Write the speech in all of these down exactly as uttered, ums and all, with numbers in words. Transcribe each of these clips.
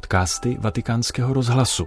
podcasty Vatikánského rozhlasu.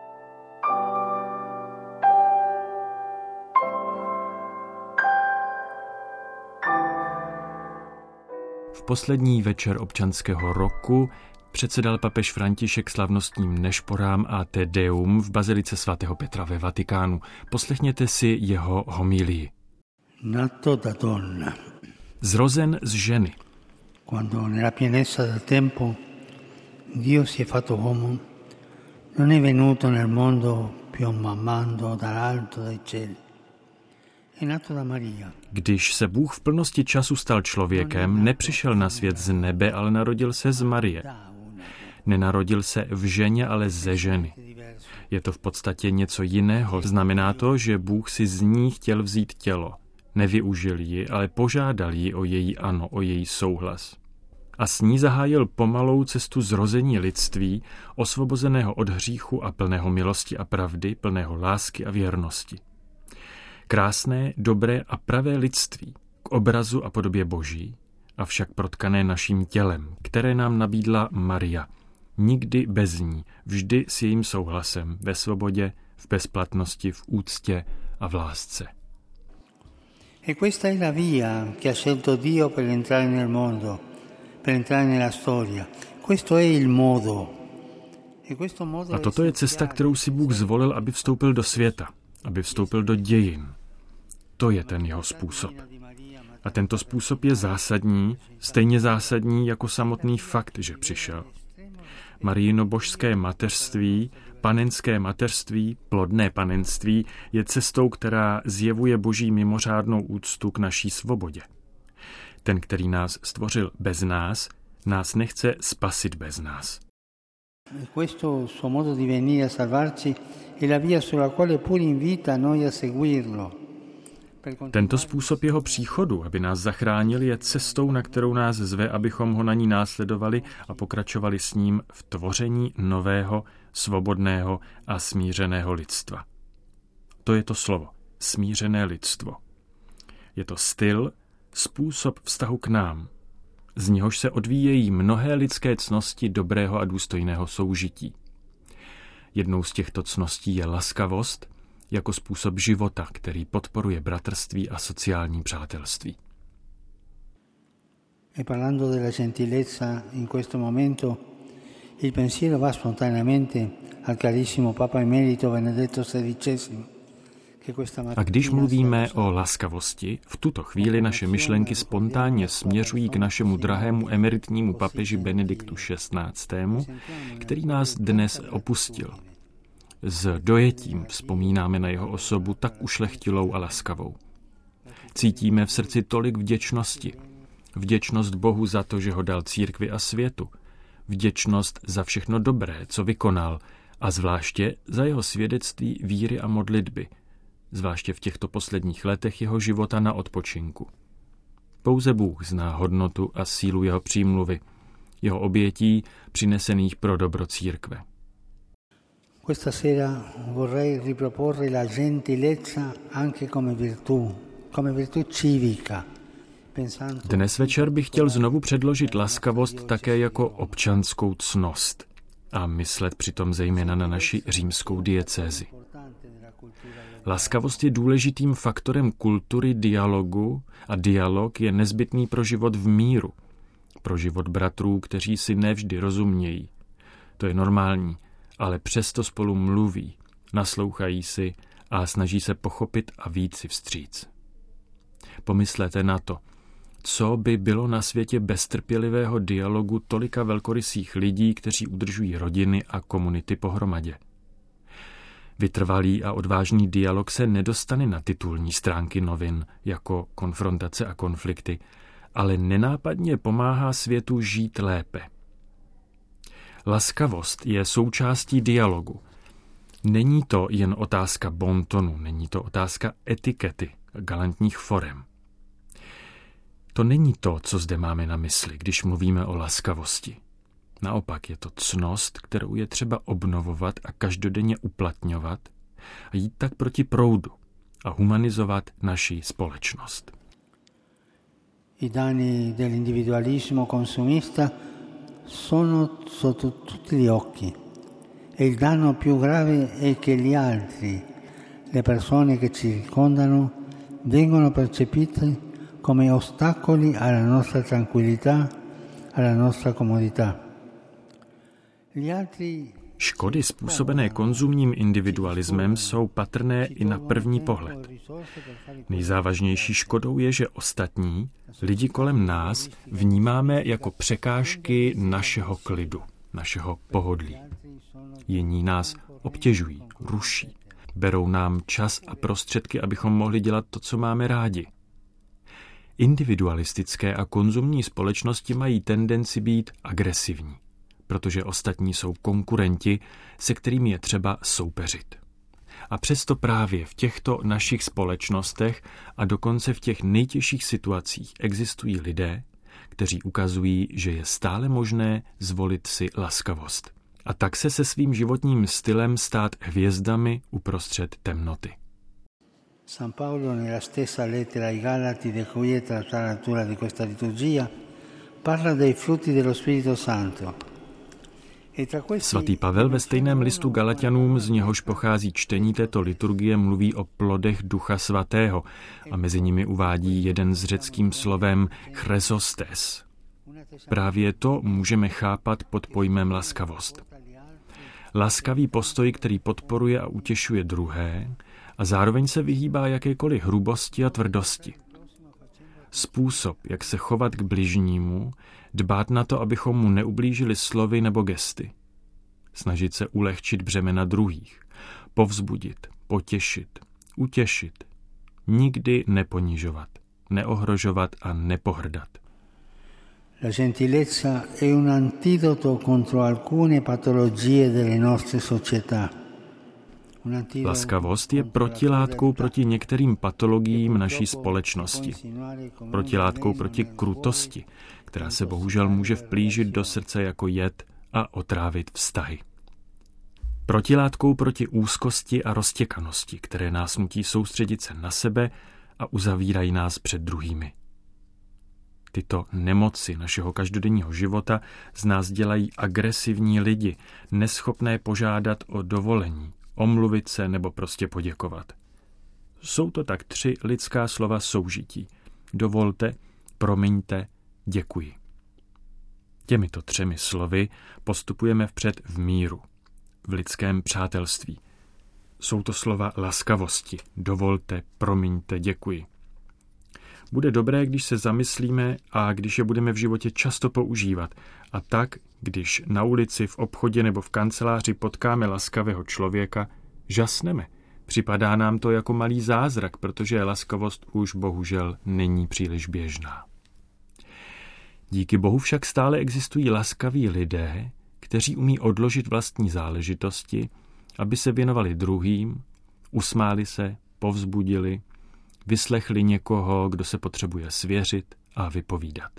V poslední večer občanského roku předsedal papež František slavnostním nešporám a Te Deum v bazilice svatého Petra ve Vatikánu. Poslechněte si jeho homílii. Nato da donna. Zrozen z ženy. Quando nella pienezza del tempo Dio si è fatto uomo, non è venuto nel mondo piomando dall'alto dai cieli. È nato da Maria. Když se Bůh v plnosti času stal člověkem, nepřišel na svět z nebe, ale narodil se z Marie. Nenarodil se v ženě, ale ze ženy. Je to v podstatě něco jiného. Znamená to, že Bůh si z ní chtěl vzít tělo. Nevyužil ji, ale požádal ji o její ano, o její souhlas. A s ní zahájil pomalou cestu zrození lidství, osvobozeného od hříchu a plného milosti a pravdy, plného lásky a věrnosti. Krásné, dobré a pravé lidství, k obrazu a podobě Boží, avšak protkané naším tělem, které nám nabídla Maria. Nikdy bez ní, vždy s jejím souhlasem, ve svobodě, v bezplatnosti, v úctě a v lásce. E questa è la via che ha scelto Dio per entrare nel mondo, per entrare nella storia. Questo è il modo. E questo modo. A toto je cesta, kterou si Bůh zvolil, aby vstoupil do světa, aby vstoupil do dějin. To je ten jeho způsob. A tento způsob je zásadní, stejně zásadní jako samotný fakt, že přišel. Marijino božské mateřství, panenské mateřství, plodné panenství je cestou, která zjevuje Boží mimořádnou úctu k naší svobodě. Ten, který nás stvořil bez nás, nás nechce spasit bez nás. Questo suo modo di venire a salvarci è la via sulla quale pure invita noi a seguirlo. Tento způsob jeho příchodu, aby nás zachránil, je cestou, na kterou nás zve, abychom ho na ní následovali a pokračovali s ním v tvoření nového, svobodného a smířeného lidstva. To je to slovo, smířené lidstvo. Je to styl, způsob vztahu k nám, z něhož se odvíjejí mnohé lidské ctnosti dobrého a důstojného soužití. Jednou z těchto ctností je laskavost, jako způsob života, který podporuje bratrství a sociální přátelství. E parlando della gentilezza in questo momento, il pensiero va spontaneamente al carissimo Papa Emerito Benedetto sedicesimo. A když mluvíme o laskavosti, v tuto chvíli naše myšlenky spontánně směřují k našemu drahému emeritnímu papeži Benediktu šestnáctému, který nás dnes opustil. S dojetím vzpomínáme na jeho osobu tak ušlechtilou a laskavou. Cítíme v srdci tolik vděčnosti. Vděčnost Bohu za to, že ho dal církvi a světu. Vděčnost za všechno dobré, co vykonal, a zvláště za jeho svědectví víry a modlitby, zvláště v těchto posledních letech jeho života na odpočinku. Pouze Bůh zná hodnotu a sílu jeho přímluvy, jeho obětí přinesených pro dobro církve. Questa sera vorrei riproporre la gentilezza anche come virtù, come virtù civica. Dnes večer bych chtěl znovu předložit laskavost také jako občanskou ctnost a myslet přitom zejména na naši římskou diecézi. Laskavost je důležitým faktorem kultury dialogu a dialog je nezbytný pro život v míru, pro život bratrů, kteří si nevždy rozumějí. To je normální, ale přesto spolu mluví, naslouchají si a snaží se pochopit a vyjít si vstříc. Pomyslete na to, co by bylo na světě bez trpělivého dialogu tolika velkorysých lidí, kteří udržují rodiny a komunity pohromadě. Vytrvalý a odvážný dialog se nedostane na titulní stránky novin jako konfrontace a konflikty, ale nenápadně pomáhá světu žít lépe. Laskavost je součástí dialogu. Není to jen otázka bontonu, není to otázka etikety, galantních forem. To není to, co zde máme na mysli, když mluvíme o laskavosti. Naopak je to ctnost, kterou je třeba obnovovat a každodenně uplatňovat a jít tak proti proudu a humanizovat naši společnost. I danni dell'individualismo consumista sono sotto tutti gli occhi e il danno più grave è che gli altri, le persone che ci circondano, vengono percepite come ostacoli alla nostra tranquillità, alla nostra comodità. Gli altri Škody způsobené konzumním individualismem jsou patrné i na první pohled. Nejzávažnější škodou je, že ostatní, lidi kolem nás, vnímáme jako překážky našeho klidu, našeho pohodlí. Jiní nás obtěžují, ruší, berou nám čas a prostředky, abychom mohli dělat to, co máme rádi. Individualistické a konzumní společnosti mají tendenci být agresivní, protože ostatní jsou konkurenti, se kterými je třeba soupeřit. A přesto právě v těchto našich společnostech a dokonce v těch nejtěžších situacích existují lidé, kteří ukazují, že je stále možné zvolit si laskavost. A tak se se svým životním stylem stát hvězdami uprostřed temnoty. San Paolo nella stessa lettera ai Galati di cui è tratta la lettura di questa liturgia parla dei frutti dello Spirito Santo. Svatý Pavel ve stejném listu Galatianům, z něhož pochází čtení této liturgie, mluví o plodech Ducha Svatého a mezi nimi uvádí jeden s řeckým slovem chresostes. Právě to můžeme chápat pod pojmem laskavost. Laskavý postoj, který podporuje a utěšuje druhé a zároveň se vyhýbá jakékoliv hrubosti a tvrdosti. Způsob, jak se chovat k bližnímu, dbát na to, abychom mu neublížili slovy nebo gesty. Snažit se ulehčit břemena druhých, povzbudit, potěšit, utěšit. Nikdy neponižovat, neohrožovat a nepohrdat. La gentilezza è un antidoto contro alcune patologie delle nostre società. Laskavost je protilátkou proti některým patologiím naší společnosti. Protilátkou proti krutosti, která se bohužel může vplížit do srdce jako jed a otrávit vztahy. Protilátkou proti úzkosti a roztěkanosti, které nás nutí soustředit se na sebe a uzavírají nás před druhými. Tyto nemoci našeho každodenního života z nás dělají agresivní lidi, neschopné požádat o dovolení, omluvit se nebo prostě poděkovat. Jsou to tak tři lidská slova soužití. Dovolte, promiňte, děkuji. Těmito třemi slovy postupujeme vpřed v míru, v lidském přátelství. Jsou to slova laskavosti. Dovolte, promiňte, děkuji. Bude dobré, když se zamyslíme a když je budeme v životě často používat. A tak, když na ulici, v obchodě nebo v kanceláři potkáme laskavého člověka, žasneme. Připadá nám to jako malý zázrak, protože laskavost už bohužel není příliš běžná. Díky Bohu však stále existují laskaví lidé, kteří umí odložit vlastní záležitosti, aby se věnovali druhým, usmáli se, povzbudili, vyslechli někoho, kdo se potřebuje svěřit a vypovídat.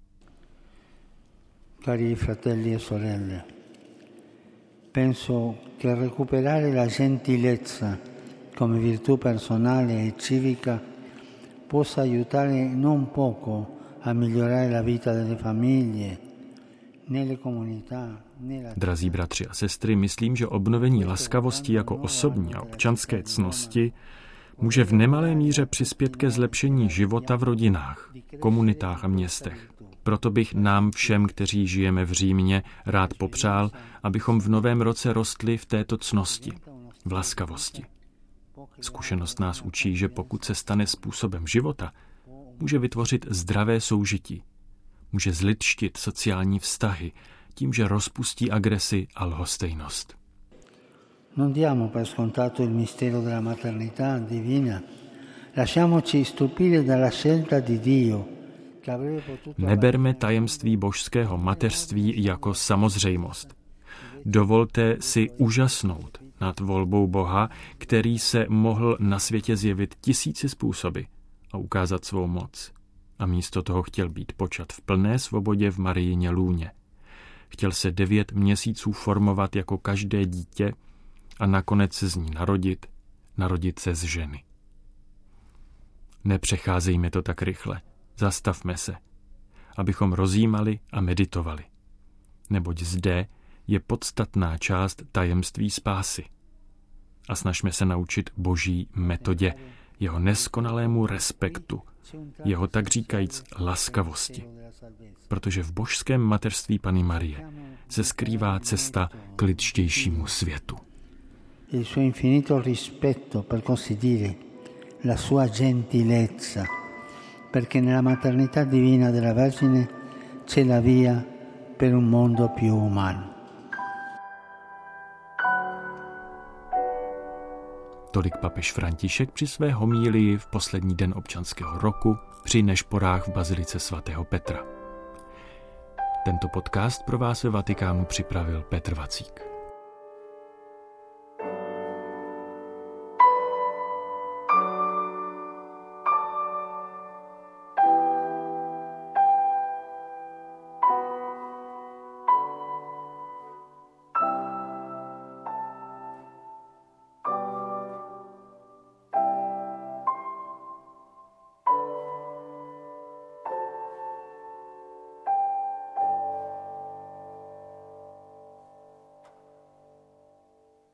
Cari fratelli e sorelle, penso che recuperare la gentilezza come virtù personale e civica possa aiutare non poco a migliorare la vita delle famiglie, nelle comunità. Drazí bratři a sestry, myslím, že obnovení laskavosti jako osobní a občanské ctnosti může v nemalé míře přispět ke zlepšení života v rodinách, komunitách a městech. Proto bych nám všem, kteří žijeme v Římě, rád popřál, abychom v novém roce rostli v této ctnosti, v laskavosti. Zkušenost nás učí, že pokud se stane způsobem života, může vytvořit zdravé soužití, může zlidštit sociální vztahy tím, že rozpustí agresi a lhostejnost. Non diamo per scontato il mistero della maternità divina. Lasciamoci stupire dalla scelta di Dio. Neberme tajemství božského mateřství jako samozřejmost. Dovolte si úžasnout nad volbou Boha, který se mohl na světě zjevit tisíci způsoby a ukázat svou moc. A místo toho chtěl být počat v plné svobodě v Marijině lůně. Chtěl se devět měsíců formovat jako každé dítě a nakonec se z ní narodit, narodit se z ženy. Nepřecházejme to tak rychle, zastavme se, abychom rozjímali a meditovali. neboť zde je podstatná část tajemství spásy. A snažme se naučit Boží metodě, jeho neskonalému respektu, jeho tak říkajíc laskavosti. Protože v božském mateřství Panny Marie se skrývá cesta k lidštějšímu světu. Il suo infinito rispetto, per così dire, la sua gentilezza, perché nella maternità divina della Vergine c'è la via per un mondo più umano. Tolik papež František při své homílii v poslední den občanského roku při nešporách v bazilice svatého Petra. Tento podcast pro vás ve Vatikánu připravil Petr Vacík.